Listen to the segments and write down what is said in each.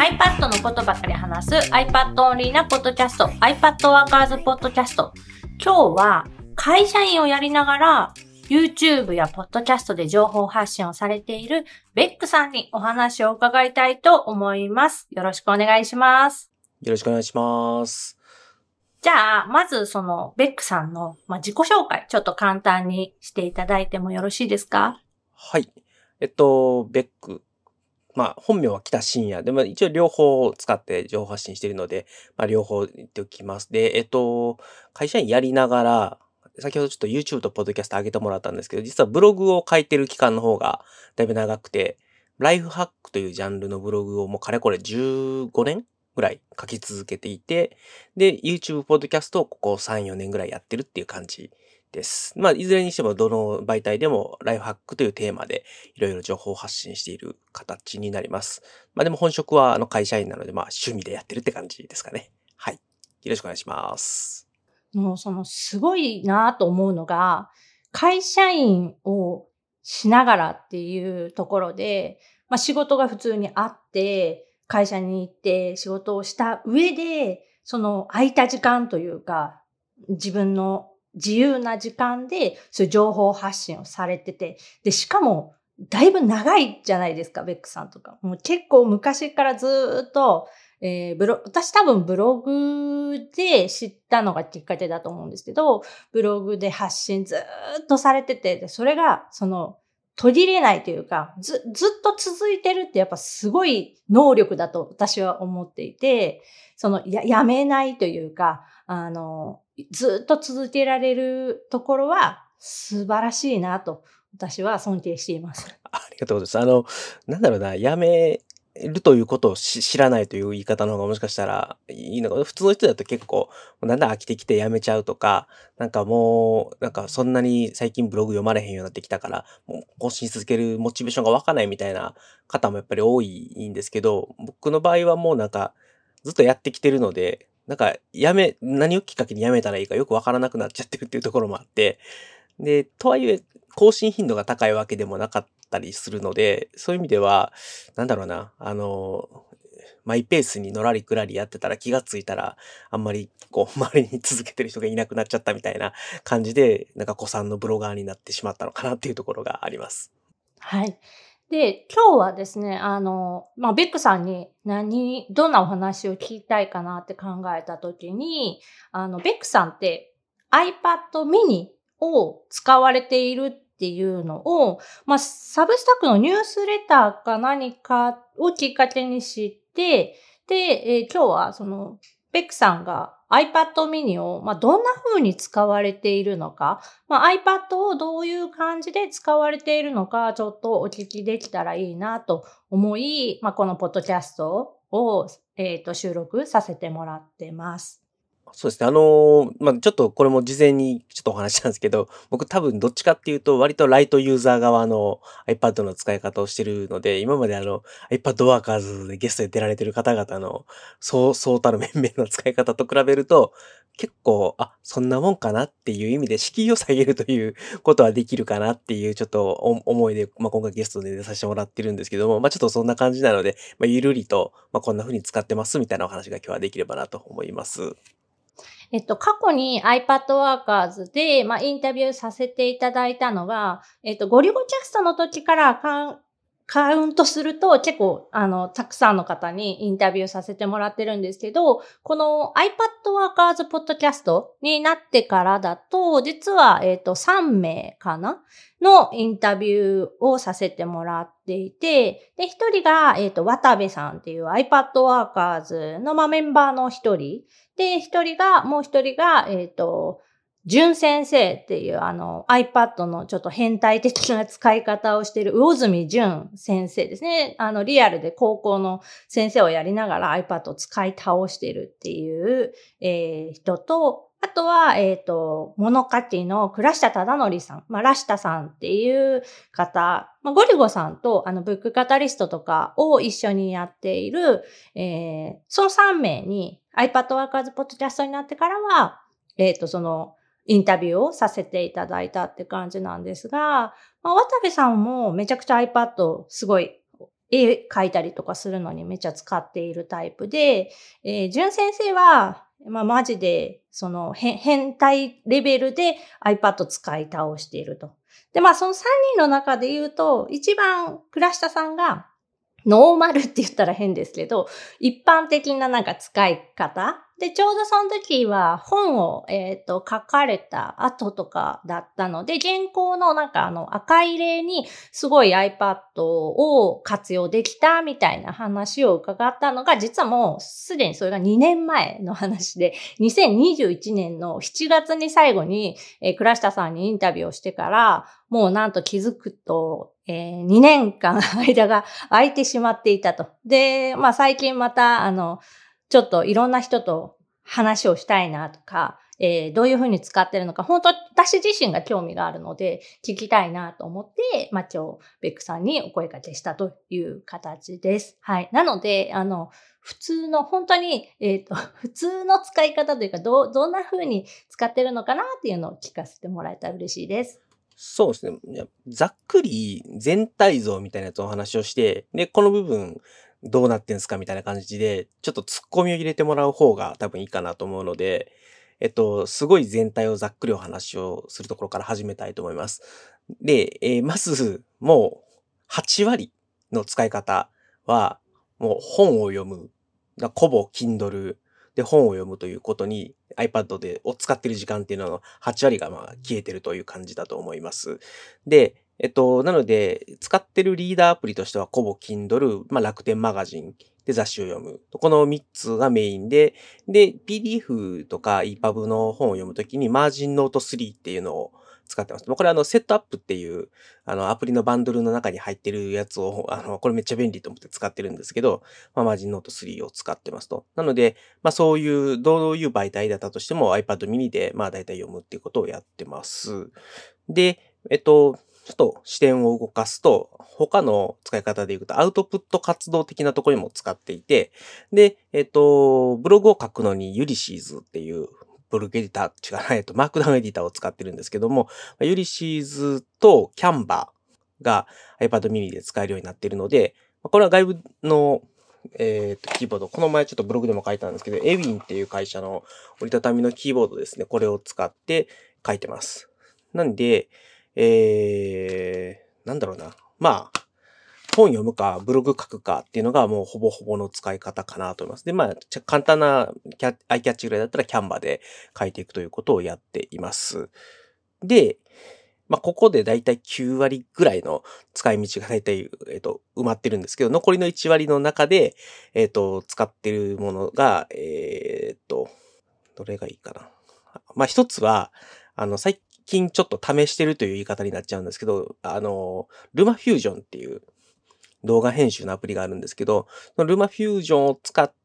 iPad のことばかり話す iPad オンリーなポッドキャスト iPad ワーカーズポッドキャスト。今日は会社員をやりながら YouTube やポッドキャストで情報発信をされているベックさんにお話を伺いたいと思います。よろしくお願いします。 よろしくお願いします。 じゃあ、まずそのベックさんの自己紹介ちょっと簡単にしていただいてもよろしいですか？ はい。ベック。本名は北信也で、一応両方使って情報発信しているので、両方言っておきます。で、会社員やりながら、先ほどちょっと YouTube と Podcast 上げてもらったんですけど、実はブログを書いてる期間の方がだいぶ長くて、ライフハックというジャンルのブログをもうかれこれ15年ぐらい書き続けていて、で、YouTube、Podcast をここ3、4年ぐらいやってるっていう感じです。いずれにしてもどの媒体でもライフハックというテーマでいろいろ情報を発信している形になります。でも本職は会社員なので趣味でやってるって感じですかね。はい。よろしくお願いします。 もうすごいなと思うのが、会社員をしながらっていうところで、仕事が普通にあって、会社に行って仕事をした上で、その空いた時間というか、自分の自由な時間で、そういう情報発信をされてて、で、しかも、だいぶ長いじゃないですか、ベックさんとか。もう結構昔からずーっと、私多分ブログで知ったのがきっかけだと思うんですけど、ブログで発信ずーっとされてて、でそれが、途切れないというか、ずっと続いてるってやっぱすごい能力だと私は思っていて、やめないというか、ずっと続けられるところは素晴らしいなと私は尊敬しています。 ありがとうございます。やめるということを知らないという言い方の方がもしかしたらいいのか、普通の人だと結構、だんだん飽きてきてやめちゃうとか、そんなに最近ブログ読まれへんようになってきたから、もう更新し続けるモチベーションが湧かないみたいな方もやっぱり多いんですけど、僕の場合はもうずっとやってきてるので、何をきっかけにやめたらいいかよくわからなくなっちゃってるっていうところもあって、で、とはいえ、更新頻度が高いわけでもなかったりするので、そういう意味では、マイペースにのらりくらりやってたら気がついたら、あんまり周りに続けてる人がいなくなっちゃったみたいな感じで、古参のブロガーになってしまったのかなっていうところがあります。 はい。で、今日はですね、ベックさんにどんなお話を聞きたいかなって考えたときに、ベックさんって iPad mini を使われているっていうのを、サブスタックのニュースレターか何かをきっかけに知って、で、今日はベックさんが iPad mini を、どんな風に使われているのか、iPad をどういう感じで使われているのか、ちょっとお聞きできたらいいなと思い、このポッドキャストを、収録させてもらってます。 そうですね。ちょっとこれも事前にちょっとお話したんですけど、僕多分どっちかっていうと割とライトユーザー側の iPad の使い方をしてるので、今までiPad ワーカーズでゲストで出られてる方々のそうたる面々の使い方と比べると、結構、そんなもんかなっていう意味で敷居を下げるということはできるかなっていうちょっと思いで、今回ゲストで出させてもらってるんですけども、ちょっとそんな感じなので、ゆるりと、こんな風に使ってますみたいなお話が今日はできればなと思います。 過去に iPad Workers で、インタビューさせていただいたのが、ゴリゴキャストの時からカウントすると結構、たくさんの方にインタビューさせてもらってるんですけど、この iPad Workers Podcast になってからだと、実は、3名かなのインタビューをさせてもらっていて、で、一人が、渡部さんっていう iPad Workers の、メンバーの一人。で、もう一人が、淳先生っていうiPad のちょっと変態的な使い方をしている魚住淳先生ですね。リアルで高校の先生をやりながら iPad を使い倒しているっていう、人と、あとは、物書きの倉下忠則さん、ラシタさんっていう方、ゴリゴさんとブックカタリストとかを一緒にやっている、その3名に iPad Workers Podcast になってからは、インタビューをさせていただいたって感じなんですが、渡部さんもめちゃくちゃ iPad すごい絵描いたりとかするのにめっちゃ使っているタイプで、淳先生は、マジで、変態レベルで iPad 使い倒していると。で、その3人の中で言うと、一番倉下さんがノーマルって言ったら変ですけど、一般的な使い方で、ちょうどその時は本を、書かれた後とかだったので、現行の赤い例にすごい iPad を活用できたみたいな話を伺ったのが、実はもうすでにそれが2年前の話で、2021年の7月に最後に、倉下さんにインタビューをしてから、もうなんと気づくと、2年間間が空いてしまっていたと。で、最近また、ちょっといろんな人と話をしたいなとか、どういうふうに使ってるのか、本当私自身が興味があるので、聞きたいなと思って、今日、ベックさんにお声掛けしたという形です。はい。なので、普通の、本当に、普通の使い方というか、どんな風に使ってるのかなっていうのを聞かせてもらえたら嬉しいです。 そうですね。ざっくり全体像みたいなやつをお話をして、で、この部分どうなってんすかみたいな感じで、ちょっと突っ込みを入れてもらう方が多分いいかなと思うので、すごい全体をざっくりお話をするところから始めたいと思います。で、まず、もう、8割の使い方は、もう本を読む。コボ、Kindle で本を読むということに iPad を使っている時間っていうのの8割が消えてるという感じだと思います。で、なので、使ってるリーダーアプリとしては、コボ、Kindle、楽天マガジンで雑誌を読む。この3つがメインで、PDF とか EPUB の本を読むときに、マージンノート3っていうのを使ってます。これセットアップっていう、アプリのバンドルの中に入ってるやつを、これめっちゃ便利と思って使ってるんですけど、マージンノート3を使ってますと。なので、そういう、どういう媒体だったとしても iPad mini で、大体読むっていうことをやってます。で、ちょっと視点を動かすと、他の使い方で言うと、アウトプット活動的なところにも使っていて、で、ブログを書くのにユリシーズっていうブログエディター、違う、マークダウンエディターを使ってるんですけども、ユリシーズとキャンバーが iPad mini で使えるようになっているので、これは外部のキーボード。この前ちょっとブログでも書いたんですけど、エウィンっていう会社の折りたたみのキーボードですね。これを使って書いてます。なんで、なんだろうな。本読むか、ブログ書くかっていうのがもうほぼほぼの使い方かなと思います。で、簡単なアイキャッチぐらいだったらキャンバで書いていくということをやっています。で、ここでだいたい9割ぐらいの使い道がだいたい、埋まってるんですけど、残りの1割の中で、使ってるものが、どれがいいかな。一つは、最近ちょっと試してるという言い方になっちゃうんですけど、ルマフュージョンっていう動画編集のアプリがあるんですけど、そのルマフュージョンを使って、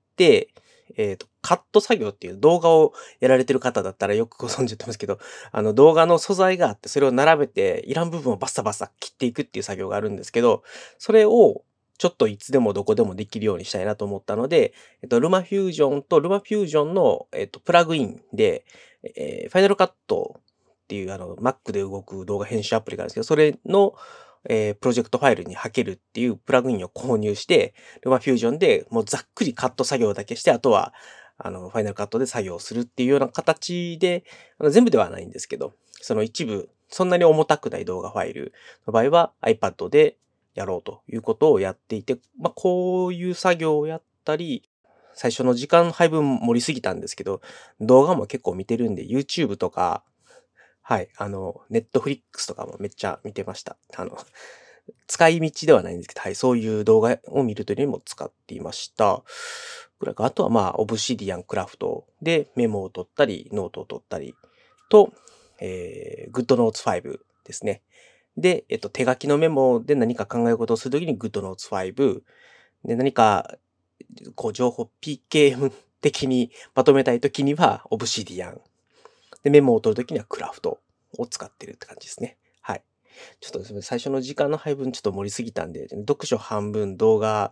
カット作業っていう動画をやられてる方だったらよくご存知だと思うんですけど、動画の素材があって、それを並べて、いらん部分をバッサバサ切っていくっていう作業があるんですけど、それをちょっといつでもどこでもできるようにしたいなと思ったので、ルマフュージョンとルマフュージョンの、プラグインで、ファイナルカットっていうMac で動く動画編集アプリがあるんですけど、それの、プロジェクトファイルに吐けるっていうプラグインを購入して、ルマフュージョンでもうざっくりカット作業だけして、あとは、ファイナルカットで作業するっていうような形で、全部ではないんですけど、その一部、そんなに重たくない動画ファイルの場合は iPad でやろうということをやっていて、こういう作業をやったり、最初の時間配分盛りすぎたんですけど、動画も結構見てるんで、YouTube とか、はい、Netflix とかもめっちゃ見てました。使い道ではないんですけど、はい、そういう動画を見るというのにも使っていました。あとはオブシディアンクラフトでメモを取ったり、ノートを取ったりと、GoodNotes 5ですね。で、手書きのメモで何か考え事をするときに GoodNotes 5。で、何か、情報 PKM 的にまとめたいときには Obsidian。で、メモを取るときにはクラフトを使ってるって感じですね。はい。ちょっと最初の時間の配分ちょっと盛りすぎたんで、読書半分、動画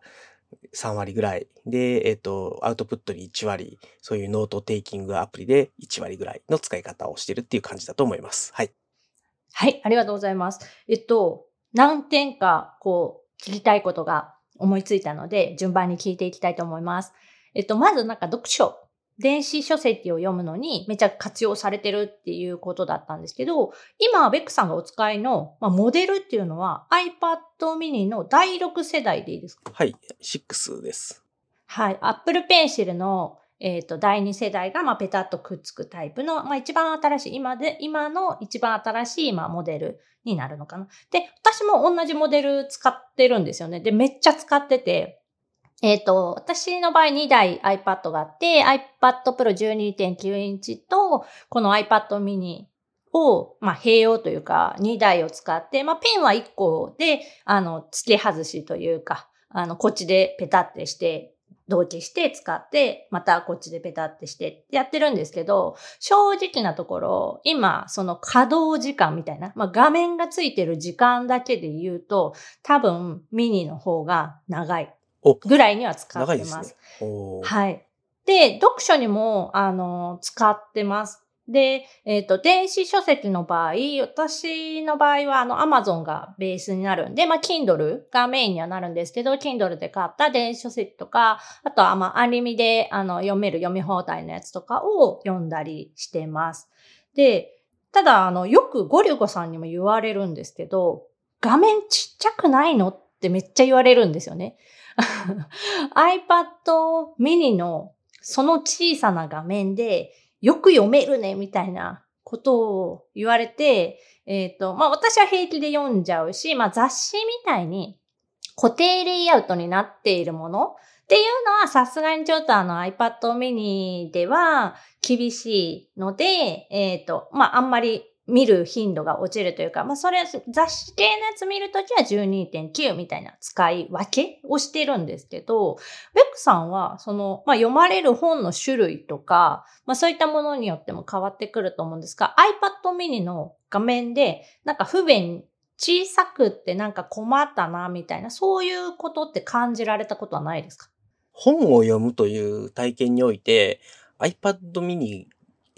3割ぐらいで、アウトプットに1割、そういうノートテイキングアプリで1割ぐらいの使い方をしてるっていう感じだと思います。はい。 はい、ありがとうございます。何点か、聞きたいことが思いついたので、順番に聞いていきたいと思います。まずなんか読書、電子書籍を読むのにめちゃ活用されてるっていうことだったんですけど、今、ベックさんがお使いの、モデルっていうのは iPad mini の第6世代でいいですか？ はい、6です。 はい。Apple Pencil の、第2世代が、ペタッとくっつくタイプの、一番新しい、今の一番新しい、モデルになるのかな。で、私も同じモデル使ってるんですよね。で、めっちゃ使ってて、私の場合2台 iPad があって、iPad Pro 12.9インチと、この iPad mini を、併用というか、2台を使って、ペンは1個で、付け外しというか、こっちでペタってして、同期して使って、またこっちでペタってしてやってるんですけど、正直なところ、今、その稼働時間みたいな、画面がついてる時間だけで言うと、多分ミニの方が長いお、 ぐらいには使っ長いですね。 てます。 おー。 はい。で、読書にも、使ってます。で、電子書籍の場合、私の場合は、Amazon がベースになるんで、Kindle がメインにはなるんですけど、Kindle で買った電子書籍とか、あとは、アニメで、読める読み放題のやつとかを読んだりしてます。で、ただ、よくゴリュゴさんにも言われるんですけど、画面ちっちゃくないのってめっちゃ言われるんですよね。iPad mini のその小さな画面でよく読めるねみたいなことを言われて、私は平気で読んじゃうし、雑誌みたいに固定レイアウトになっているものっていうのはさすがにちょっとiPad mini では厳しいので、あんまり見る頻度が落ちるというか、それは雑誌系のやつ見るときは 12.9 みたいな使い分けをしてるんですけど、ベックさんは読まれる本の種類とか、そういったものによっても変わってくると思うんですが、iPad mini の画面でなんか不便小さくってなんか困ったな、みたいな、そういうことって感じられたことはないですか？ 本を読むという体験において、iPad mini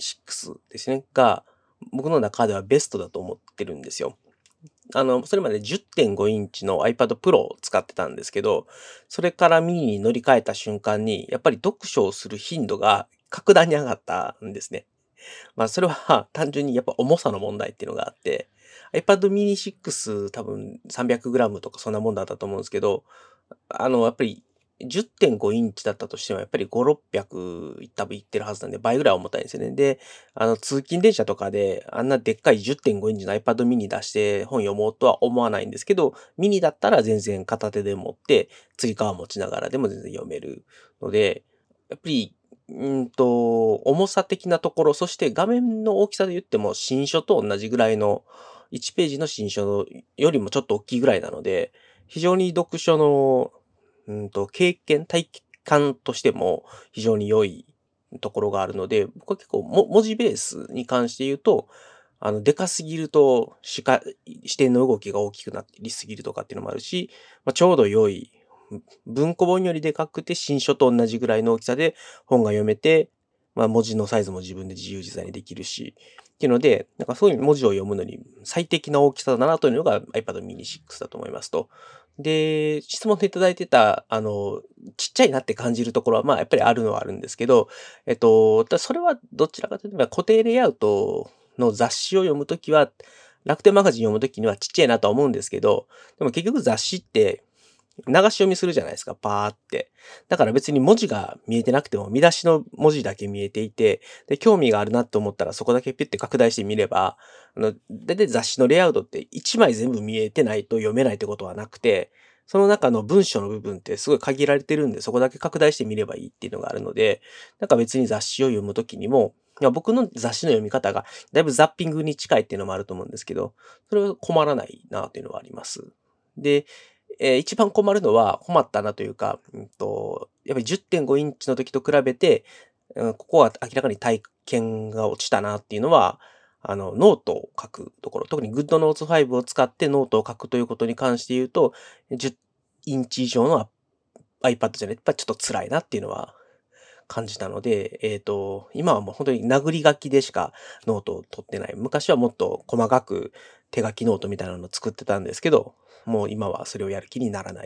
6ですね、が、僕の中ではベストだと思ってるんですよ。それまで10.5インチの iPad Pro を使ってたんですけど、それからミニに乗り換えた瞬間に、やっぱり読書をする頻度が格段に上がったんですね。それは単純にやっぱ重さの問題っていうのがあって、iPad mini 6多分 300g とかそんなもんだったと思うんですけど、やっぱり10.5インチだったとしても、やっぱり5、600多分いってるはずなんで、倍ぐらい重たいんですよね。で、通勤電車とかで、あんなでっかい10.5インチの iPad mini 出して本読もうとは思わないんですけど、ミニだったら全然片手で持って、つり革持ちながらでも全然読めるので、やっぱり、重さ的なところ、そして画面の大きさで言っても、新書と同じぐらいの、1ページの新書よりもちょっと大きいぐらいなので、非常に読書の体感としても非常に良いところがあるので、僕は結構文字ベースに関して言うと、でかすぎると視点の動きが大きくなりすぎるとかっていうのもあるし、ちょうど良い、文庫本よりでかくて新書と同じぐらいの大きさで本が読めて、文字のサイズも自分で自由自在にできるし、っていうので、なんかそういう文字を読むのに最適な大きさだなというのが iPad mini 6だと思いますと。で、質問でいただいてた、ちっちゃいなって感じるところは、やっぱりあるのはあるんですけど、それはどちらかというと、固定レイアウトの雑誌を読むときは、楽天マガジン読むときにはちっちゃいなとは思うんですけど、でも結局雑誌って流し読みするじゃないですか、パーって。だから別に文字が見えてなくても、見出しの文字だけ見えていて、で、興味があるなと思ったらそこだけピュッて拡大してみれば、だいたい雑誌のレイアウトって1枚全部見えてないと読めないってことはなくて、その中の文章の部分ってすごい限られてるんで、そこだけ拡大してみればいいっていうのがあるので、なんか別に雑誌を読むときにも、僕の雑誌の読み方がだいぶザッピングに近いっていうのもあると思うんですけど、それは困らないなというのはあります。で、一番困るのは、困ったなというか、やっぱり10.5インチの時と比べて、ここは明らかに体験が落ちたなっていうのは、ノートを書くところ、特に GoodNotes 5を使ってノートを書くということに関して言うと、10インチ以上の iPad じゃないと、やっぱちょっと辛いなっていうのは感じたので、今はもう本当に殴り書きでしかノートを取ってない。昔はもっと細かく手書きノートみたいなのを作ってたんですけど、もう今はそれをやる気にならない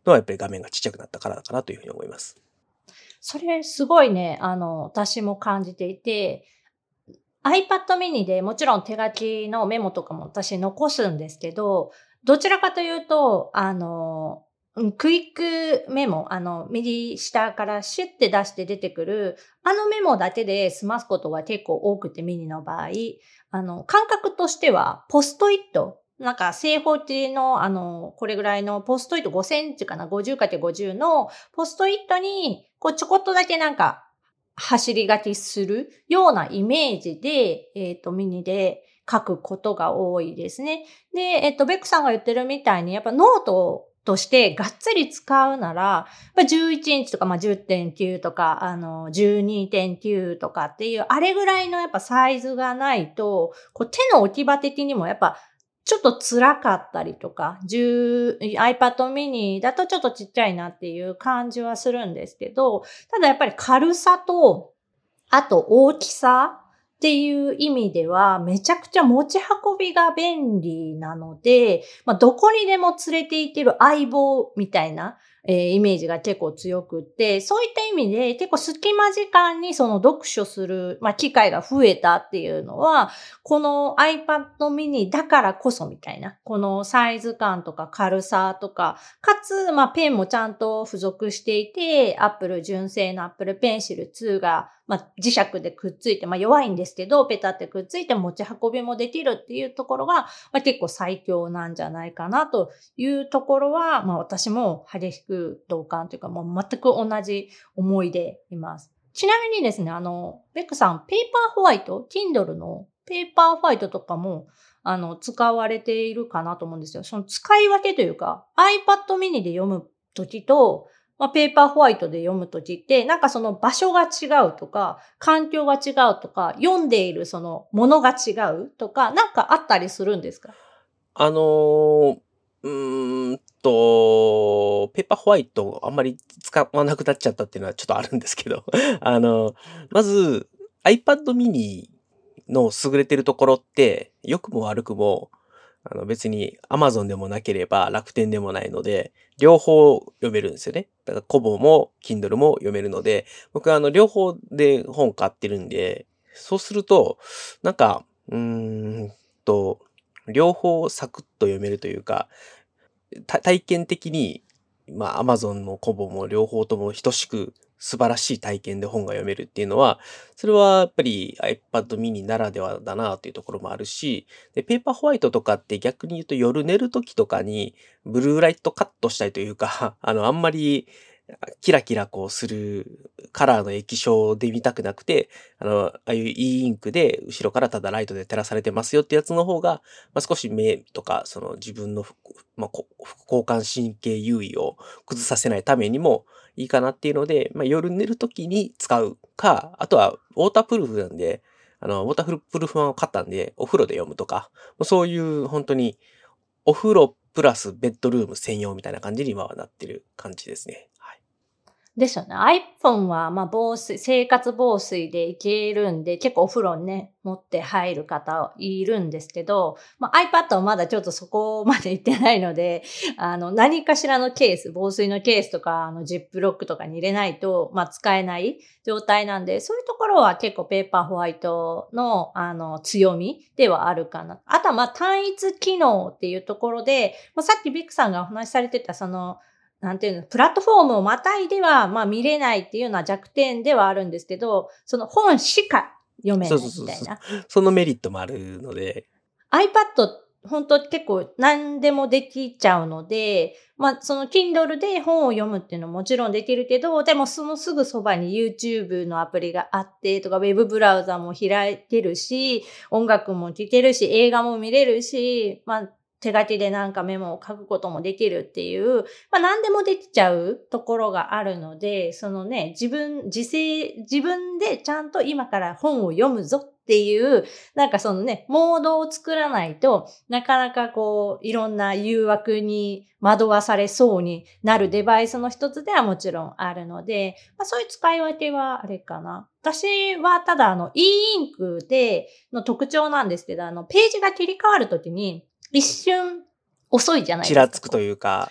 のはやっぱり画面がちっちゃくなったからかなというふうに思います。 それすごいね、私も感じていて、iPad mini でもちろん手書きのメモとかも私残すんですけど、どちらかというと、クイックメモ、右下からシュッて出して出てくる、メモだけで済ますことが結構多くてミニの場合、感覚としては、ポストイット、なんか正方形の、これぐらいのポストイット5センチかな、50×50 のポストイットに、こうちょこっとだけなんか、走り書きするようなイメージで、ミニで書くことが多いですね。で、ベックさんが言ってるみたいに、やっぱノートとしてがっつり使うなら、11インチとか、10.9 とか、12.9 とかっていう、あれぐらいのやっぱサイズがないと、こう手の置き場的にもやっぱちょっと辛かったりとか、iPad mini だとちょっとちっちゃいなっていう感じはするんですけど、ただやっぱり軽さと、あと大きさっていう意味では、めちゃくちゃ持ち運びが便利なので、どこにでも連れて行ける相棒みたいな、イメージが結構強くって、そういった意味で結構隙間時間にその読書する、機会が増えたっていうのは、この iPad mini だからこそみたいな、このサイズ感とか軽さとか、かつ、ペンもちゃんと付属していて、純正の Apple Pencil 2が、磁石でくっついて、弱いんですけど、ペタってくっついて持ち運びもできるっていうところが、結構最強なんじゃないかなというところは、私も激しく同感というか、もう全く同じ思いでいます。ちなみにですね、ベックさん、ペーパーホワイト、Kindle のペーパーホワイトとかも、使われているかなと思うんですよ。その使い分けというか、iPad mini で読むときと、ペーパーホワイトで読むときって、なんかその場所が違うとか、環境が違うとか、読んでいるそのものが違うとか、なんかあったりするんですか？ ペーパーホワイトあんまり使わなくなっちゃったっていうのはちょっとあるんですけど、まず iPad mini の優れてるところって、良くも悪くも、別に Amazon でもなければ楽天でもないので、両方読めるんですよね。だからコボも Kindle も読めるので、僕は両方で本買ってるんで、そうすると、なんか、両方サクッと読めるというか、体験的に、Amazon のコボも両方とも等しく素晴らしい体験で本が読めるっていうのは、それはやっぱり iPad mini ならではだなというところもあるし、で、ペーパーホワイトとかって逆に言うと夜寝るときとかにブルーライトカットしたいというか、あんまりキラキラこうするカラーの液晶で見たくなくて、ああいう E インクで後ろからただライトで照らされてますよってやつの方が、少し目とか、その自分の副交感神経優位を崩させないためにもいいかなっていうので、夜寝るときに使うか、あとはウォータープルーフなんで、ウォータープルーフ版を買ったんで、お風呂で読むとか、そういう本当にお風呂プラスベッドルーム専用みたいな感じに今はなってる感じですね。はい。 ですよね。iPhone は、生活防水でいけるんで、結構お風呂にね、持って入る方いるんですけど、iPad はまだちょっとそこまで行ってないので、何かしらのケース、防水のケースとか、ジップロックとかに入れないと、使えない状態なんで、そういうところは結構ペーパーホワイトの、強みではあるかな。あとは、単一機能っていうところで、さっきビックさんがお話しされてた、なんていうの、プラットフォームをまたいでは、見れないっていうのは弱点ではあるんですけど、その本しか読めないみたいな。 そのメリットもあるので。 iPad、本当結構何でもできちゃうので、その Kindle で本を読むっていうのももちろんできるけど、でもそのすぐそばに YouTube のアプリがあってとか、ウェブブラウザも開けるし、音楽も聴けるし、映画も見れるし、手書きでなんかメモを書くこともできるっていう、何でもできちゃうところがあるので、そのね、自分でちゃんと今から本を読むぞっていう、なんかそのね、モードを作らないとなかなかこう、いろんな誘惑に惑わされそうになるデバイスの一つではもちろんあるので、そういう使い分けはあれかな。私はただE インクでの特徴なんですけど、ページが切り替わるときに、一瞬遅いじゃないですか。 ちらつくというか。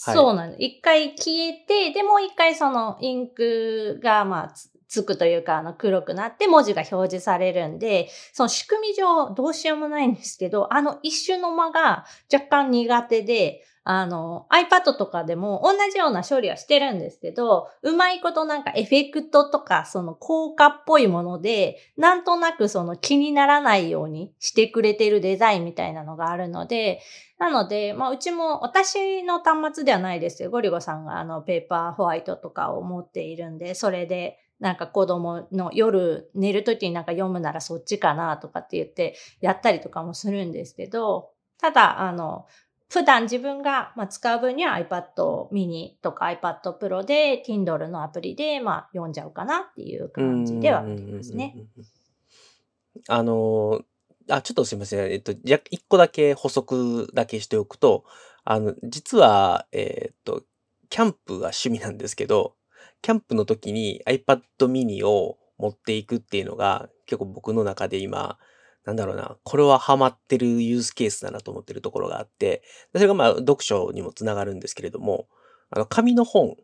はい。 そうなんです。一回消えて、で、もう一回そのインクが、つくというか、黒くなって文字が表示されるんで、その仕組み上どうしようもないんですけど、一瞬の間が若干苦手で、iPad とかでも同じような処理はしてるんですけど、うまいことなんかエフェクトとか、その効果っぽいもので、なんとなくその気にならないようにしてくれてるデザインみたいなのがあるので、なので、うちも私の端末ではないですよ。ゴリゴさんがペーパーホワイトとかを持っているんで、それでなんか子供の夜寝るときになんか読むならそっちかなとかって言ってやったりとかもするんですけど、ただ、普段自分が使う分には iPad mini とか iPad Pro で Kindle のアプリで読んじゃうかなっていううんうん感じではありますね。 うんうん。あのちょっとすいません。一個だけ補足だけしておくと、実は、キャンプが趣味なんですけど、キャンプの時に iPad mini を持っていくっていうのが、結構僕の中で今、なんだろうな、これはハマってるユースケースだなと思ってるところがあって、それが読書にもつながるんですけれども、紙の本って、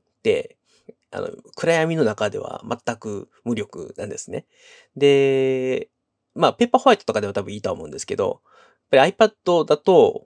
暗闇の中では全く無力なんですね。で、ペーパーホワイトとかでは多分いいとは思うんですけど、やっぱり iPad だと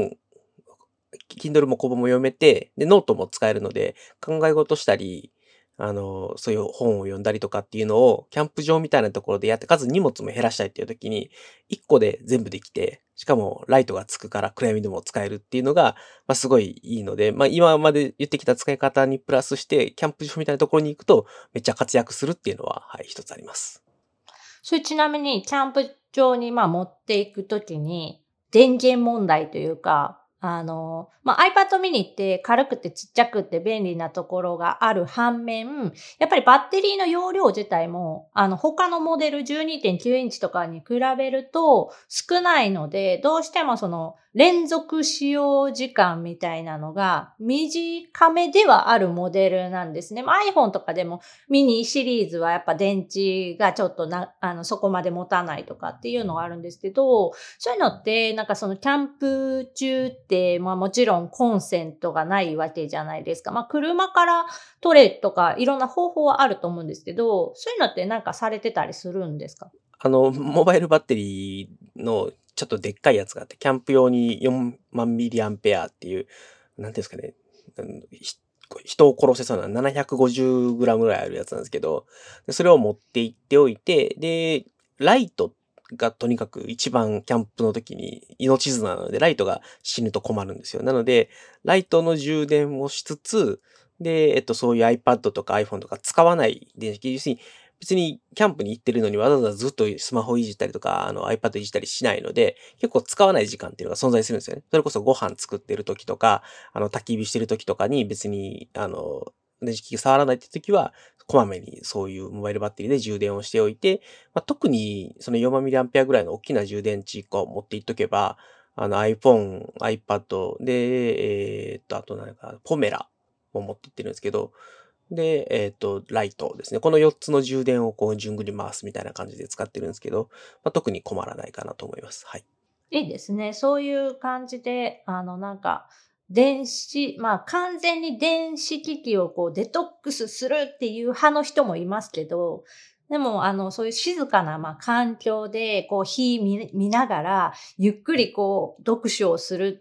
Kindle もコボも読めて、で、ノートも使えるので、考え事したり、そういう本を読んだりとかっていうのを、キャンプ場みたいなところでやって、かつ荷物も減らしたいっていう時に、1個で全部できて、しかもライトがつくから暗闇でも使えるっていうのが、すごいいいので、今まで言ってきた使い方にプラスして、キャンプ場みたいなところに行くと、めっちゃ活躍するっていうのは、はい、一つあります。 それちなみに、キャンプ場に持っていくときに、電源問題というか、iPad mini って軽くてちっちゃくて便利なところがある反面、やっぱりバッテリーの容量自体も、他のモデル 12.9 インチとかに比べると少ないので、どうしてもその連続使用時間みたいなのが短めではあるモデルなんですね。iPhone とかでもミニシリーズはやっぱ電池がちょっとそこまで持たないとかっていうのがあるんですけど、そういうのって、なんかそのキャンプ中って、もちろんコンセントがないわけじゃないですか。車から取れとかいろんな方法はあると思うんですけど、そういうのってなんかされてたりするんですか？ モバイルバッテリーのちょっとでっかいやつがあって、キャンプ用に4万ミリアンペアっていう、なんていうんですかね、あのひ人を殺せそうな750グラムぐらいあるやつなんですけど、それを持って行っておいて、で、ライトがとにかく一番キャンプの時に命綱なので、ライトが死ぬと困るんですよ。なので、ライトの充電をしつつ、で、そういう iPad とか iPhone とか使わない電子機、要するに別にキャンプに行ってるのにわざわざずっとスマホいじったりとか、iPad いじったりしないので、結構使わない時間っていうのが存在するんですよね。それこそご飯作ってる時とか、焚き火してる時とかに別に、電子機器触らないって時は、こまめにそういうモバイルバッテリーで充電をしておいて、特にその4万ミリアンペアぐらいの大きな充電池1個持っていっとけば、iPhone、iPad で、あとなんか、ポメラも持っていってるんですけど、で、ライトですね。この4つの充電をこう、順繰り回すみたいな感じで使ってるんですけど、特に困らないかなと思います。はい。 いいですね。そういう感じで、電子、完全に電子機器をこうデトックスするっていう派の人もいますけど、でも、そういう静かな、環境で、こう、見ながら、ゆっくりこう、読書をするって、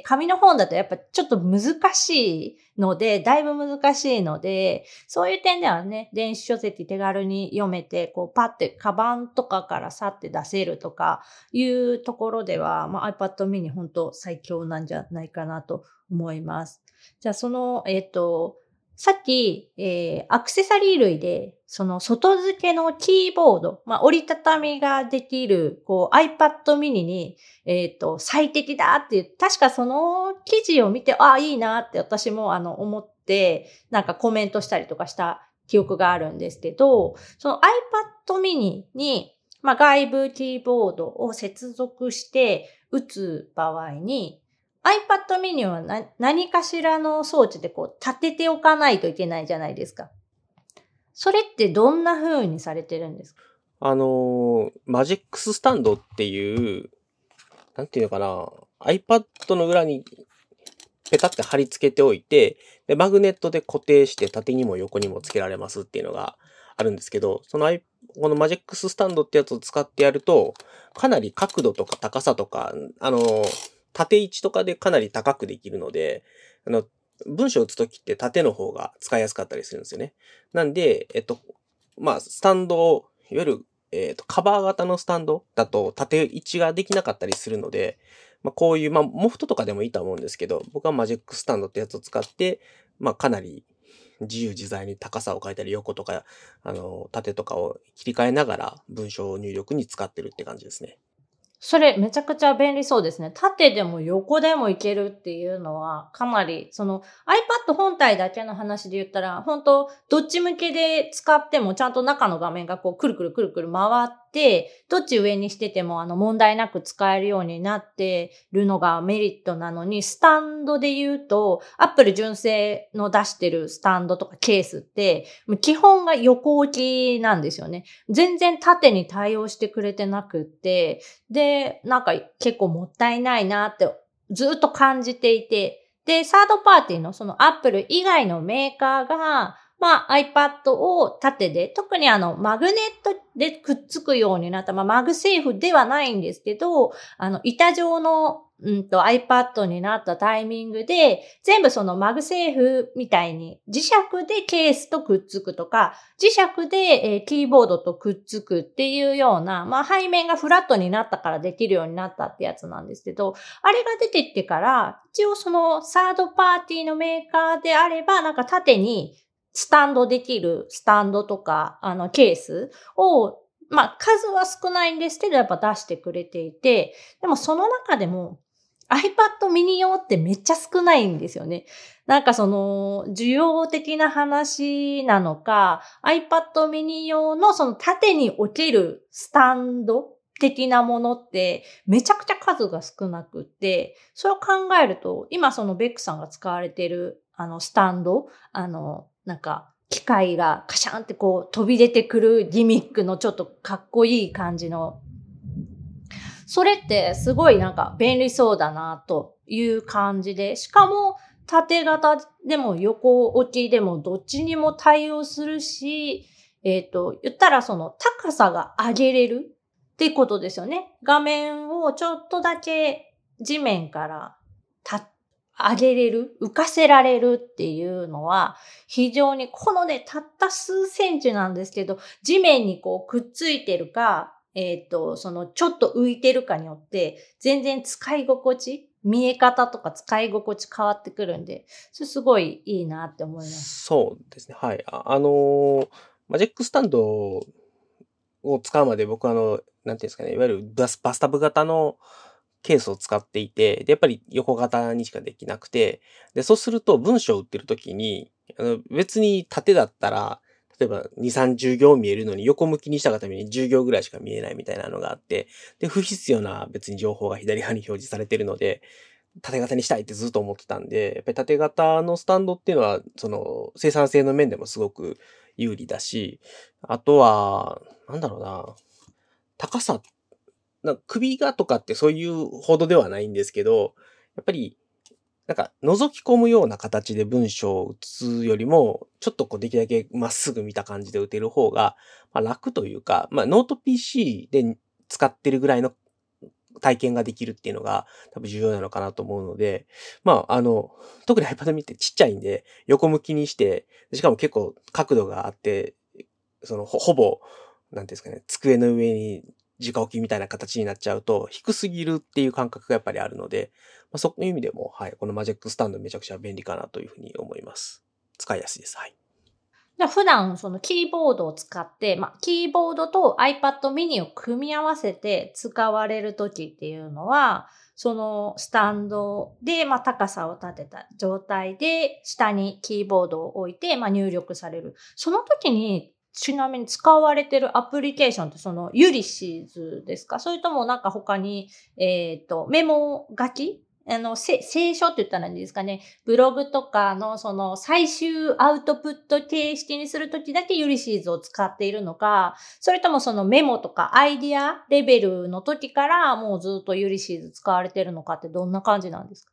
紙の本だとやっぱちょっと難しいので、だいぶ難しいので、そういう点ではね、電子書籍手軽に読めて、こう、パッて、カバンとかからさって出せるとか、いうところでは、iPad mini 本当最強なんじゃないかなと思います。じゃあ、さっき、アクセサリー類で、その外付けのキーボード、折りたたみができる、こう iPad mini に、最適だっていう、確かその記事を見て、いいなって私も思って、なんかコメントしたりとかした記憶があるんですけど、その iPad mini に、外部キーボードを接続して打つ場合に、iPad mini は何かしらの装置でこう立てておかないといけないじゃないですか。それってどんな風にされてるんですか？ マジックススタンドっていう、なんていうのかな、iPad の裏にペタって貼り付けておいて、で、マグネットで固定して縦にも横にもつけられますっていうのがあるんですけど、このマジックススタンドってやつを使ってやると、かなり角度とか高さとか、縦位置とかでかなり高くできるので、文章を打つときって縦の方が使いやすかったりするんですよね。なんで、スタンドを、いわゆる、カバー型のスタンドだと縦位置ができなかったりするので、こういう、モフトとかでもいいと思うんですけど、僕はマジックスタンドってやつを使って、かなり自由自在に高さを変えたり横とか、縦とかを切り替えながら文章入力に使ってるって感じですね。 それめちゃくちゃ便利そうですね。縦でも横でもいけるっていうのは、かなり、iPad 本体だけの話で言ったら、本当どっち向けで使ってもちゃんと中の画面がこう、くるくるくるくる回って、どっち上にしてても問題なく使えるようになってるのがメリットなのに、スタンドで言うと、Apple 純正の出してるスタンドとかケースって、基本が横置きなんですよね。全然縦に対応してくれてなくって、で、なんか結構もったいないなってずっと感じていて、で、サードパーティーのその Apple 以外のメーカーが、iPad を縦で、特にマグネットでくっつくようになった、マグセーフではないんですけど、板状の、iPad になったタイミングで、全部そのマグセーフみたいに磁石でケースとくっつくとか、磁石で、キーボードとくっつくっていうような、背面がフラットになったからできるようになったってやつなんですけど、あれが出てきてから、一応そのサードパーティーのメーカーであれば、なんか縦にスタンドできるスタンドとか、ケースを、数は少ないんですけど、やっぱ出してくれていて、でもその中でも iPad mini 用ってめっちゃ少ないんですよね。なんか需要的な話なのか、iPad mini 用のその縦に置けるスタンド的なものってめちゃくちゃ数が少なくって、それを考えると、今そのベックさんが使われているスタンド、なんか機械がカシャンってこう飛び出てくるギミックのちょっとかっこいい感じの、それってすごいなんか便利そうだなという感じで、しかも縦型でも横置きでもどっちにも対応するし、言ったらその高さが上げれるってことですよね。画面をちょっとだけ地面から上げれる、浮かせられるっていうのは、非常に、このね、たった数センチなんですけど、地面にこうくっついてるか、ちょっと浮いてるかによって、全然使い心地、見え方とか使い心地変わってくるんで、それすごいいいなって思います。 そうですね。はい。マジックスタンドを使うまで僕はなんていうんですかね、いわゆるバスタブ型のケースを使っていて、で、やっぱり横型にしかできなくて、で、そうすると文章を打ってるときに、別に縦だったら、例えば2、30行見えるのに横向きにしたがために10行ぐらいしか見えないみたいなのがあって、で、不必要な別に情報が左側に表示されてるので、縦型にしたいってずっと思ってたんで、やっぱり縦型のスタンドっていうのは、生産性の面でもすごく有利だし、あとは、なんだろうな、高さ、首がとかってそういうほどではないんですけど、やっぱり、覗き込むような形で文章を打つよりも、ちょっとこうできるだけまっすぐ見た感じで打てる方が、楽というか、ノート PC で使ってるぐらいの体験ができるっていうのが多分重要なのかなと思うので、特に iPad mini ってちっちゃいんで、横向きにして、しかも結構角度があって、ほぼ、なんていうんですかね、机の上に直置きみたいな形になっちゃうと、低すぎるっていう感覚がやっぱりあるので、そういう意味でも、はい、このマジックスタンドめちゃくちゃ便利かなというふうに思います。使いやすいです。はい。 じゃあ普段そのキーボードを使って、キーボードと iPad mini を組み合わせて使われるときっていうのは、そのスタンドで、高さを立てた状態で下にキーボードを置いて、入力される。その時にちなみに使われてるアプリケーションってそのユリシーズですか？それともなんか他に、メモ書き聖書って言ったらいいんですかね。ブログとかのその最終アウトプット形式にするときだけユリシーズを使っているのか、それともそのメモとかアイディアレベルの時からもうずっとユリシーズ使われているのかってどんな感じなんですか？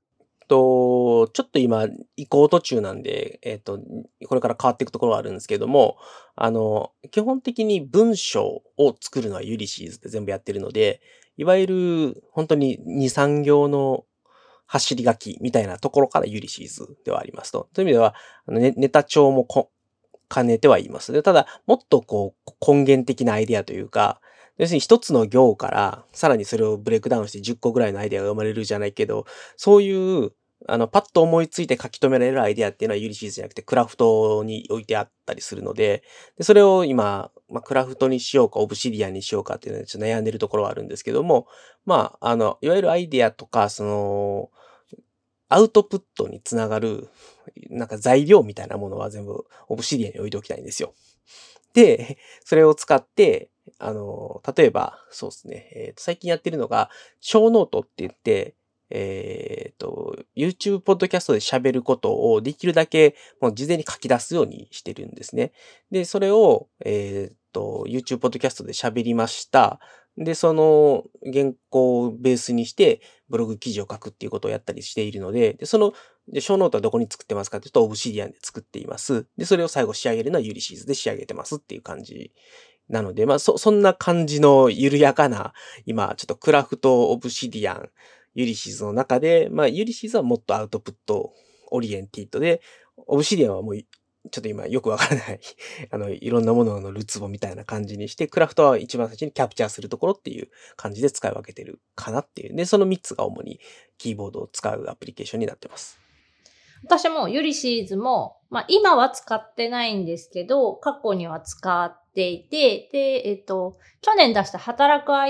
ちょっと今、移行途中なんで、これから変わっていくところはあるんですけども、基本的に文章を作るのはユリシーズで全部やってるので、いわゆる本当に2、3行の走り書きみたいなところからユリシーズではありますと。そういう意味では、ネタ帳も兼ねてはいます。で、ただ、もっと根源的なアイデアというか、要するに一つの行から、さらにそれをブレイクダウンして10個ぐらいのアイデアが生まれるじゃないけど、そういう、パッと思いついて書き留められるアイデアっていうのはユリシーズじゃなくてクラフトに置いてあったりするので、それを今、クラフトにしようか、オブシディアンにしようかっていうのでちょっと悩んでるところはあるんですけども、いわゆるアイデアとか、アウトプットにつながる、なんか材料みたいなものは全部オブシディアンに置いておきたいんですよ。で、それを使って、例えば、そうですね、最近やってるのが、小ノートって言って、YouTube ポッドキャストで喋ることをできるだけもう事前に書き出すようにしてるんですね。で、それを、YouTube ポッドキャストで喋りました。で、その原稿をベースにしてブログ記事を書くっていうことをやったりしているので、小ノートはどこに作ってますかというと、オブシディアンで作っています。で、それを最後仕上げるのはユリシーズで仕上げてますっていう感じなので、そんな感じの緩やかな、今、ちょっとクラフト、オブシディアン、ユリシーズの中で、ユリシーズはもっとアウトプットオリエンティッドで、オブシディアンはもう、ちょっと今よくわからないいろんなもののるつぼみたいな感じにして、クラフトは一番最初にキャプチャーするところっていう感じで使い分けてるかなっていう。で、その3つが主にキーボードを使うアプリケーションになってます。 私もユリシーズも、今は使ってないんですけど、過去には使っていて、で、去年出した働く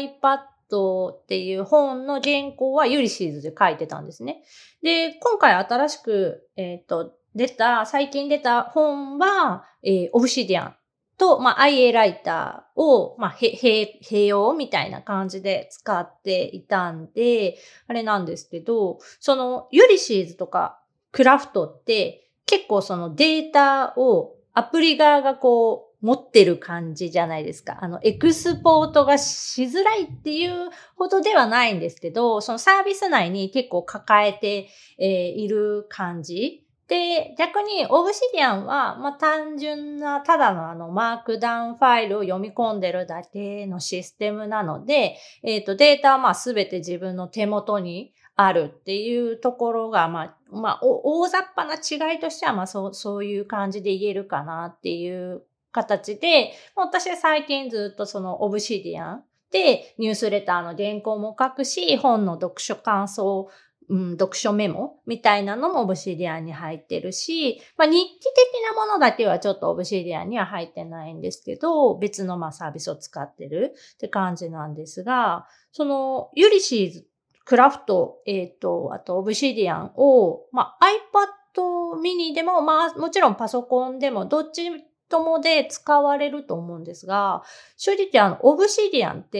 iPad っていう本の原稿はユリシーズで書いてたんですね。で、今回新しく、最近出た本は、オブシディアンと、IA ライターを、併用みたいな感じで使っていたんで、あれなんですけど、そのユリシーズとか、クラフトって結構そのデータをアプリ側が持ってる感じじゃないですか。エクスポートがしづらいっていうほどではないんですけど、そのサービス内に結構抱えて、いる感じ。で、逆にオブシディアンは、単純な、ただのマークダウンファイルを読み込んでるだけのシステムなので、データはすべて自分の手元にあるっていうところが、大雑把な違いとしては、そういう感じで言えるかなっていう形で、私は最近ずっとそのオブシディアンでニュースレターの原稿も書くし、本の読書感想、読書メモみたいなのもオブシディアンに入ってるし、日記的なものだけはちょっとオブシディアンには入ってないんですけど、別のサービスを使ってるって感じなんですが、そのユリシーズクラフト、あとオブシディアンを、iPad mini でも、もちろんパソコンでも、どっちともで使われると思うんですが、正直オブシディアンって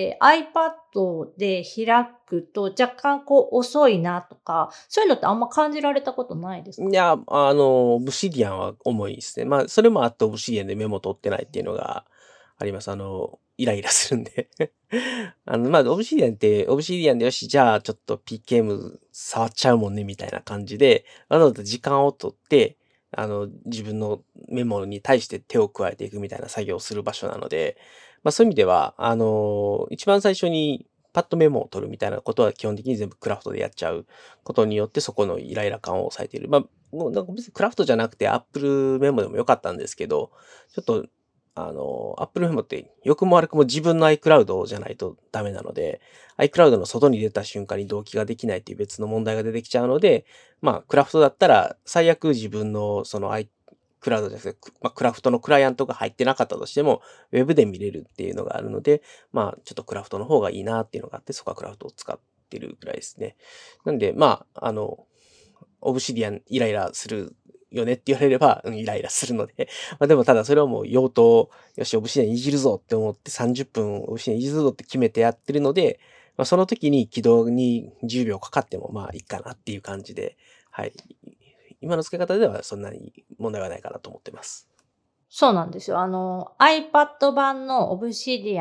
iPad で開くと若干遅いなとか、そういうのってあんま感じられたことないですか？ いや、オブシディアンは重いですね。それもあってオブシディアンでメモ取ってないっていうのがあります。イライラするんでオブシディアンって、オブシディアンでよし、じゃあちょっと PKM 触っちゃうもんね、みたいな感じで、わざわざ時間を取って、自分のメモに対して手を加えていくみたいな作業をする場所なので、そういう意味では、一番最初にパッとメモを取るみたいなことは基本的に全部クラフトでやっちゃうことによってそこのイライラ感を抑えている。もうなんか別にクラフトじゃなくて Apple メモでもよかったんですけど、ちょっとApple メモって良くも悪くも自分の iCloud じゃないとダメなので、iCloud の外に出た瞬間に同期ができないっていう別の問題が出てきちゃうので、クラフトだったら最悪自分のその iCloud じゃなくて、クラフトのクライアントが入ってなかったとしても、Web で見れるっていうのがあるので、ちょっとクラフトの方がいいなっていうのがあって、そこはクラフトを使ってるぐらいですね。なんで、オブシディアンイライラするよねって言われれば、イライラするので。でもただそれはもう用途、よし、オブシディアンいじるぞって思って30分オブシディアンいじるぞって決めてやってるので、その時に起動に10秒かかってもいいかなっていう感じで、はい。今の付け方ではそんなに問題はないかなと思ってます。 そうなんですよ。iPad 版のオブシディアンっ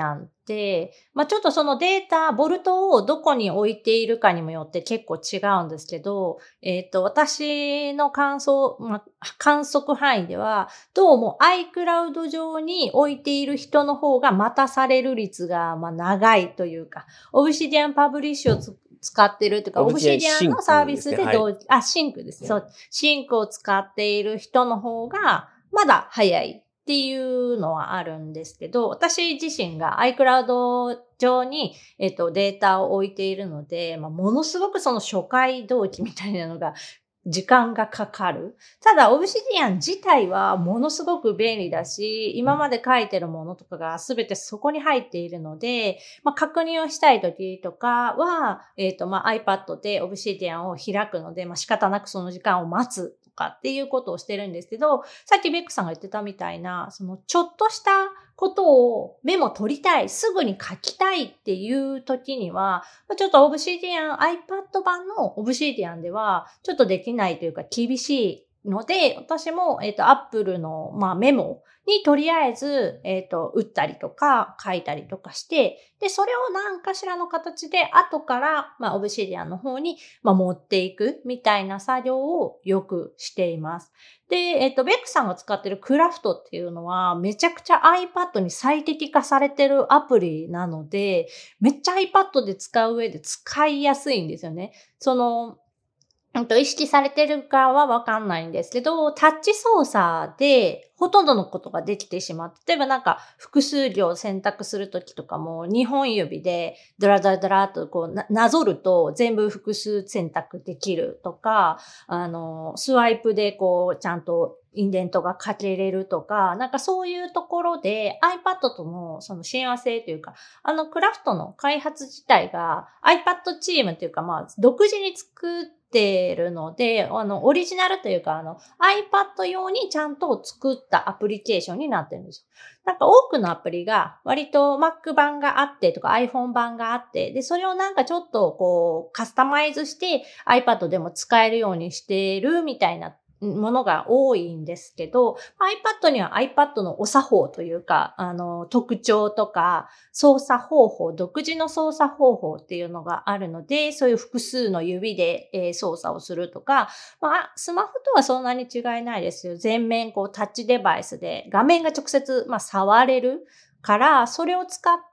て、ちょっとそのデータ、ボルトをどこに置いているかにもよって結構違うんですけど、私の観測範囲では、どうも iCloud 上に置いている人の方が待たされる率が長いというか、Obsidian パブリッシュを使ってるというか、 オブジェ Obsidian のサービスでシンクです。そう。シンクを使っている人の方が、まだ早いっていうのはあるんですけど、私自身が iCloud 上に、データを置いているので、ものすごくその初回同期みたいなのが時間がかかる。ただ、オブシディアン自体はものすごく便利だし、今まで書いてるものとかが全てそこに入っているので、確認をしたい時とかは、iPad でオブシディアンを開くので、仕方なくその時間を待つとかっていうことをしてるんですけど、さっきベックさんが言ってたみたいな、そのちょっとしたことをメモ取りたい、すぐに書きたいっていう時には、ちょっとオブシディアン、iPad 版のオブシディアンではちょっとできないというか厳しいので、私も、Apple の、メモにとりあえず、打ったりとか書いたりとかして、で、それを何かしらの形で後から、オブシディアンの方に、持っていくみたいな作業をよくしています。で、ベックさんが使ってるクラフトっていうのは、めちゃくちゃ iPad に最適化されてるアプリなので、めっちゃ iPad で使う上で使いやすいんですよね。意識されてるかはわかんないんですけど、タッチ操作でほとんどのことができてしまう。例えば複数行選択するときとかも2本指でドラドラドラとなぞると全部複数選択できるとか、スワイプでちゃんとインデントがかけれるとか、そういうところで iPad とのその親和性というか、クラフトの開発自体が iPad チームというか、独自に作ってるので、オリジナルというか、iPad 用にちゃんと作ったアプリケーションになってるんですよ。多くのアプリが割と Mac 版があってとか iPhone 版があって、で、それをちょっとカスタマイズして iPad でも使えるようにしてるみたいなものが多いんですけど、iPad には iPad のお作法というか、特徴とか、操作方法、独自の操作方法っていうのがあるので、そういう複数の指で、操作をするとか、スマホとはそんなに違いないですよ。全面タッチデバイスで画面が直接、触れる。から、それを使った、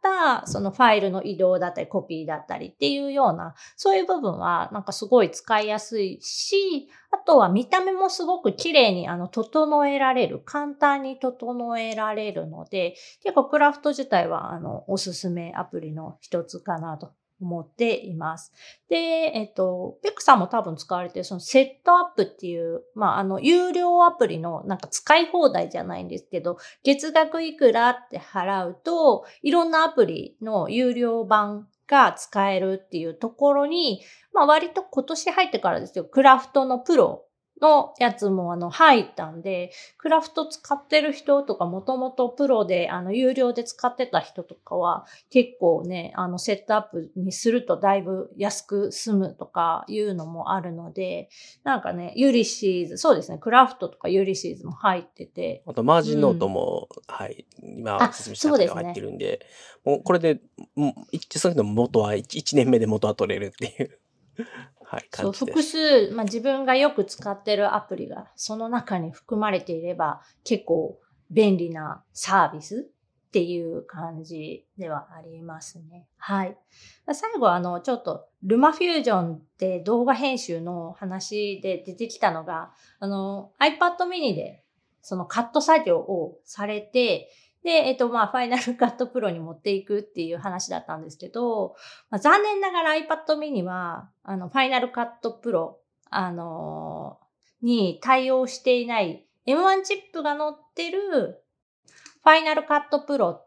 そのファイルの移動だったり、コピーだったりっていうような、そういう部分は、すごい使いやすいし、あとは見た目もすごく綺麗に、整えられる、簡単に整えられるので、結構クラフト自体は、おすすめアプリの一つかなと思っています。で、ペックさんも多分使われているそのセットアップっていう、有料アプリの使い放題じゃないんですけど、月額いくらって払うと、いろんなアプリの有料版が使えるっていうところに、割と今年入ってからですよ、クラフトのプロのやつも入ったんで、クラフト使ってる人とかもともとプロで有料で使ってた人とかは結構ね、セットアップにするとだいぶ安く済むとかいうのもあるので、ユリシーズ、そうですね、クラフトとかユリシーズも入ってて。 あとマージンノートも、はい、今説明した中では入ってるんで、もうこれで、少なくとも元は1年目で元は取れるっていう。はい、 そう、複数、自分がよく使ってるアプリがその中に含まれていれば結構便利なサービスっていう感じではありますね。はい。最後ちょっとルマフュージョンって動画編集の話で出てきたのが、iPad mini でそのカット作業をされて、で、ファイナルカットプロに持っていくっていう話だったんですけど、残念ながら iPad mini は、ファイナルカットプロ、に対応していない M1 チップが載ってるファイナルカットプロって、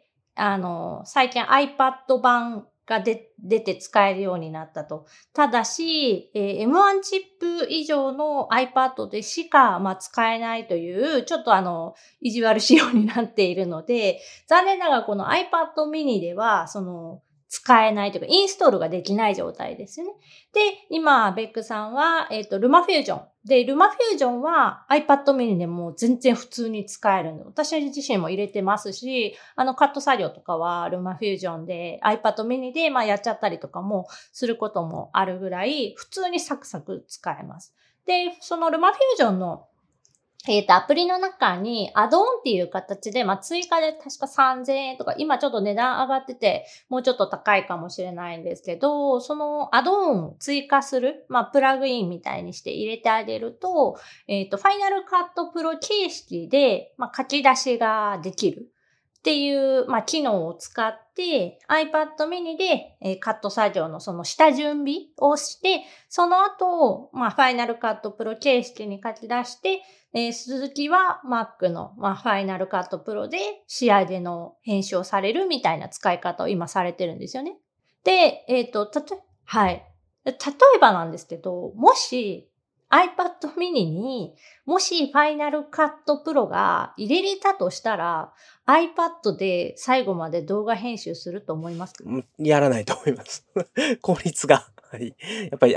最近 iPad 版が出て使えるようになったと。ただし、M1 チップ以上の iPad でしか、使えないという、ちょっと意地悪仕様になっているので、残念ながらこの iPad mini では、 使えないというか、インストールができない状態ですよね。で、今、ベックさんは、ルマフュージョン。で、ルマフュージョンは iPad mini でも全然普通に使えるの。私自身も入れてますし、カット作業とかはルマフュージョンで iPad mini でやっちゃったりとかもすることもあるぐらい、普通にサクサク使えます。で、そのルマフュージョンのアプリの中にアドオンっていう形で、追加で確か3000円とか、今ちょっと値段上がってて、もうちょっと高いかもしれないんですけど、そのアドオンを追加する、プラグインみたいにして入れてあげると、ファイナルカットプロ形式で、書き出しができる。っていう、機能を使って iPad mini で、カット作業のその下準備をして、その後、ファイナルカットプロ形式に書き出して、続きは Mac の、ファイナルカットプロで仕上げの編集をされるみたいな使い方を今されてるんですよね。で、はい。例えばなんですけど、もし iPad mini にもしファイナルカットプロが入れれたとしたら、iPad で最後まで動画編集すると思いますか？ やらないと思います。効率が。はい。やっぱり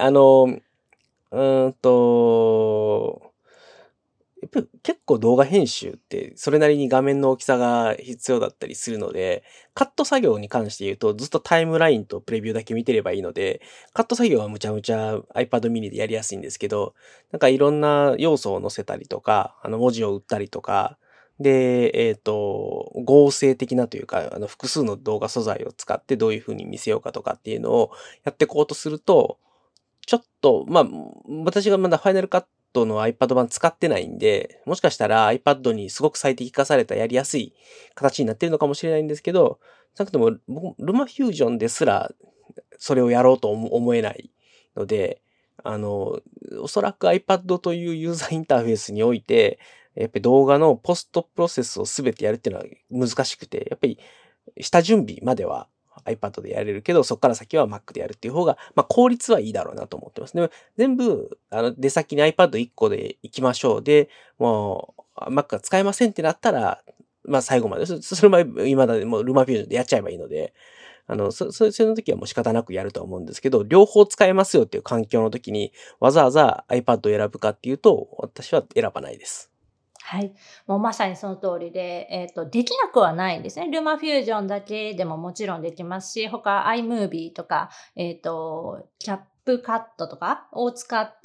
やっぱり結構動画編集ってそれなりに画面の大きさが必要だったりするので、カット作業に関して言うとずっとタイムラインとプレビューだけ見てればいいので、カット作業はむちゃむちゃ iPad mini でやりやすいんですけど、なんかいろんな要素を載せたりとか、文字を打ったりとか、で、合成的なというか、複数の動画素材を使ってどういう風に見せようかとかっていうのをやっていこうとすると、ちょっと、私がまだファイナルカットの iPad 版使ってないんで、もしかしたら iPad にすごく最適化されたやりやすい形になってるのかもしれないんですけど、少なくともルマフュージョンですらそれをやろうと思えないので、おそらく iPad というユーザーインターフェースにおいて、やっぱり動画のポストプロセスをすべてやるっていうのは難しくて、やっぱり下準備まではiPad でやれるけど、そこから先は Mac でやるっていう方が、効率はいいだろうなと思ってます。で、全部、出先に iPad1 個で行きましょう。で、もう、Mac が使えませんってなったら、最後まで、その場合、今だでもうルマフュージョンでやっちゃえばいいので、その時はもう仕方なくやるとは思うんですけど、両方使えますよっていう環境の時に、わざわざ iPad を選ぶかっていうと、私は選ばないです。 はい。もうまさにその通りで、できなくはないんですね。ルマフュージョンだけでももちろんできますし、他 iMovie とか、キャップカットとかを使って、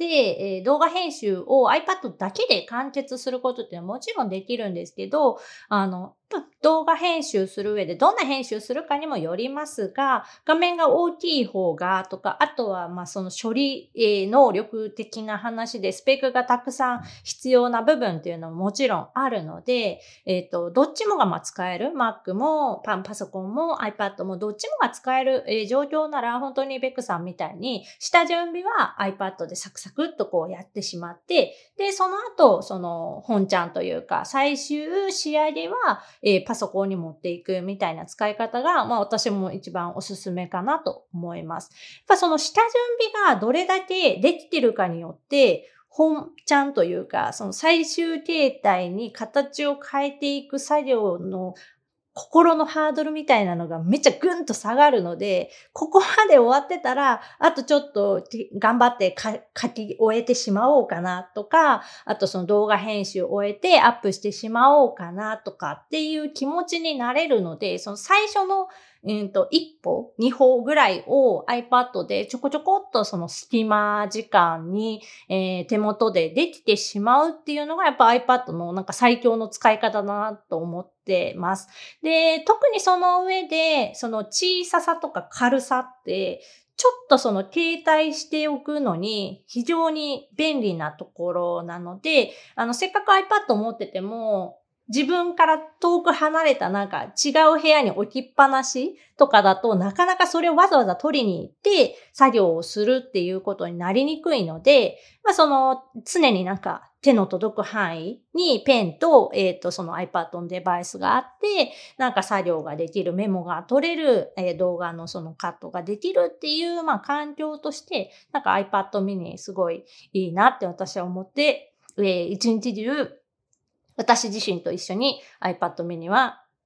動画編集を iPad だけで完結することっていうのはもちろんできるんですけど、動画編集する上でどんな編集するかにもよりますが、画面が大きい方がとか、あとはその処理、能力的な話でスペックがたくさん必要な部分っていうのももちろんあるので、どっちもが使える Mac もパソコンも iPad もどっちもが使える、状況なら本当にベックさんみたいに下準備は iPad でサクサクっとこうやってしまって、で、その後、その本ちゃんというか最終仕上げはパソコンに持っていくみたいな使い方が、私も一番おすすめかなと思います。やっぱその下準備がどれだけできてるかによって、本ちゃんというか、その最終形態に形を変えていく作業の心のハードルみたいなのがめっちゃぐんと下がるので、ここまで終わってたら、あとちょっと頑張って書き終えてしまおうかなとか、あとその動画編集を終えてアップしてしまおうかなとかっていう気持ちになれるので、その最初の一歩、二歩ぐらいを iPad でちょこちょこっとその隙間時間に、手元でできてしまうっていうのがやっぱ iPad のなんか最強の使い方だなと思ってます。で、特にその上で、その小ささとか軽さって、ちょっとその携帯しておくのに非常に便利なところなので、せっかく iPad を持ってても、自分から遠く離れたなんか違う部屋に置きっぱなしとかだとなかなかそれをわざわざ取りに行って作業をするっていうことになりにくいので、その常になんか手の届く範囲にペンと、その iPad のデバイスがあって、なんか作業ができる、メモが取れる、動画のそのカットができるっていう、環境として、なんか iPad mini すごいいいなって私は思って、一日中、私自身と一緒に iPad mini は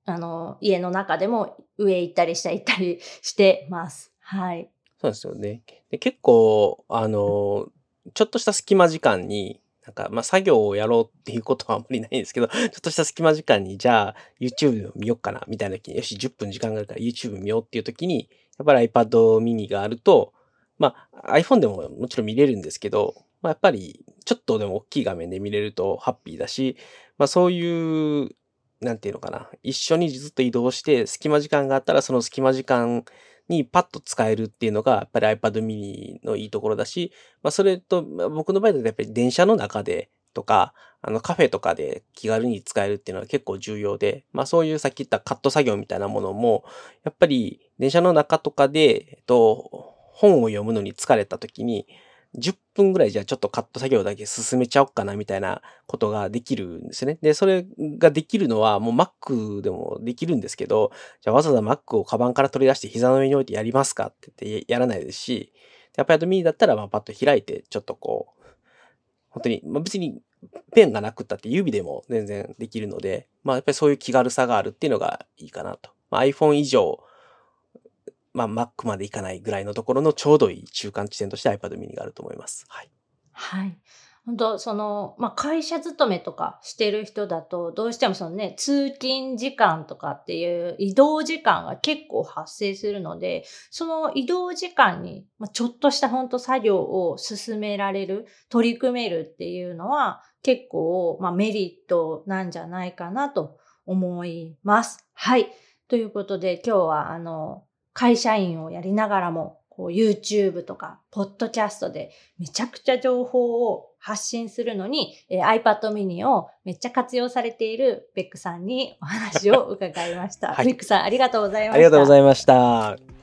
家の中でも上行ったり下行ったりしてます。はい。 そうですよね。で、結構、ちょっとした隙間時間に、なんか、まあ、作業をやろうっていうことはあんまりないんですけど、ちょっとした隙間時間に、じゃあ、YouTube を見よっかな、みたいな時に、よし、10分時間があるから YouTube 見ようっていう時に、やっぱり iPad mini があると、まあ、iPhone でももちろん見れるんですけど、まあ、やっぱり、ちょっとでも大きい画面で見れるとハッピーだし、まあ、そういう、なんていうのかな、一緒にずっと移動して、隙間時間があったら、その隙間時間にパッと使えるっていうのが、やっぱり iPad mini のいいところだし、まあ、それと、まあ僕の場合だとやっぱり電車の中でとか、カフェとかで気軽に使えるっていうのは結構重要で、まあ、そういうさっき言ったカット作業みたいなものも、やっぱり電車の中とかで、本を読むのに疲れた時に、10分ぐらいじゃあちょっとカット作業だけ進めちゃおうかなみたいなことができるんですね。で、それができるのはもう Mac でもできるんですけど、じゃあわざわざ Mac をカバンから取り出して膝の上に置いてやりますかって言ってやらないですし、iPad mini だったらまあパッと開いてちょっとこう、本当に、まあ、別にペンがなくったって指でも全然できるので、まあやっぱりそういう気軽さがあるっていうのがいいかなと。まあ、iPhone 以上、まあ Mac までいかないぐらいのところのちょうどいい中間地点として iPad mini があると思います。はい。 はい。本当会社勤めとかしてる人だと、どうしても通勤時間とかっていう移動時間が結構発生するので、その移動時間に、ちょっとした作業を進められる、取り組めるっていうのは結構、メリットなんじゃないかなと思います。はい。ということで今日は会社員をやりながらも、YouTube とか、ポッドキャストでめちゃくちゃ情報を発信するのに、iPad mini をめっちゃ活用されているベックさんにお話を伺いました。 はい。 ベックさんありがとうございました。 ありがとうございました。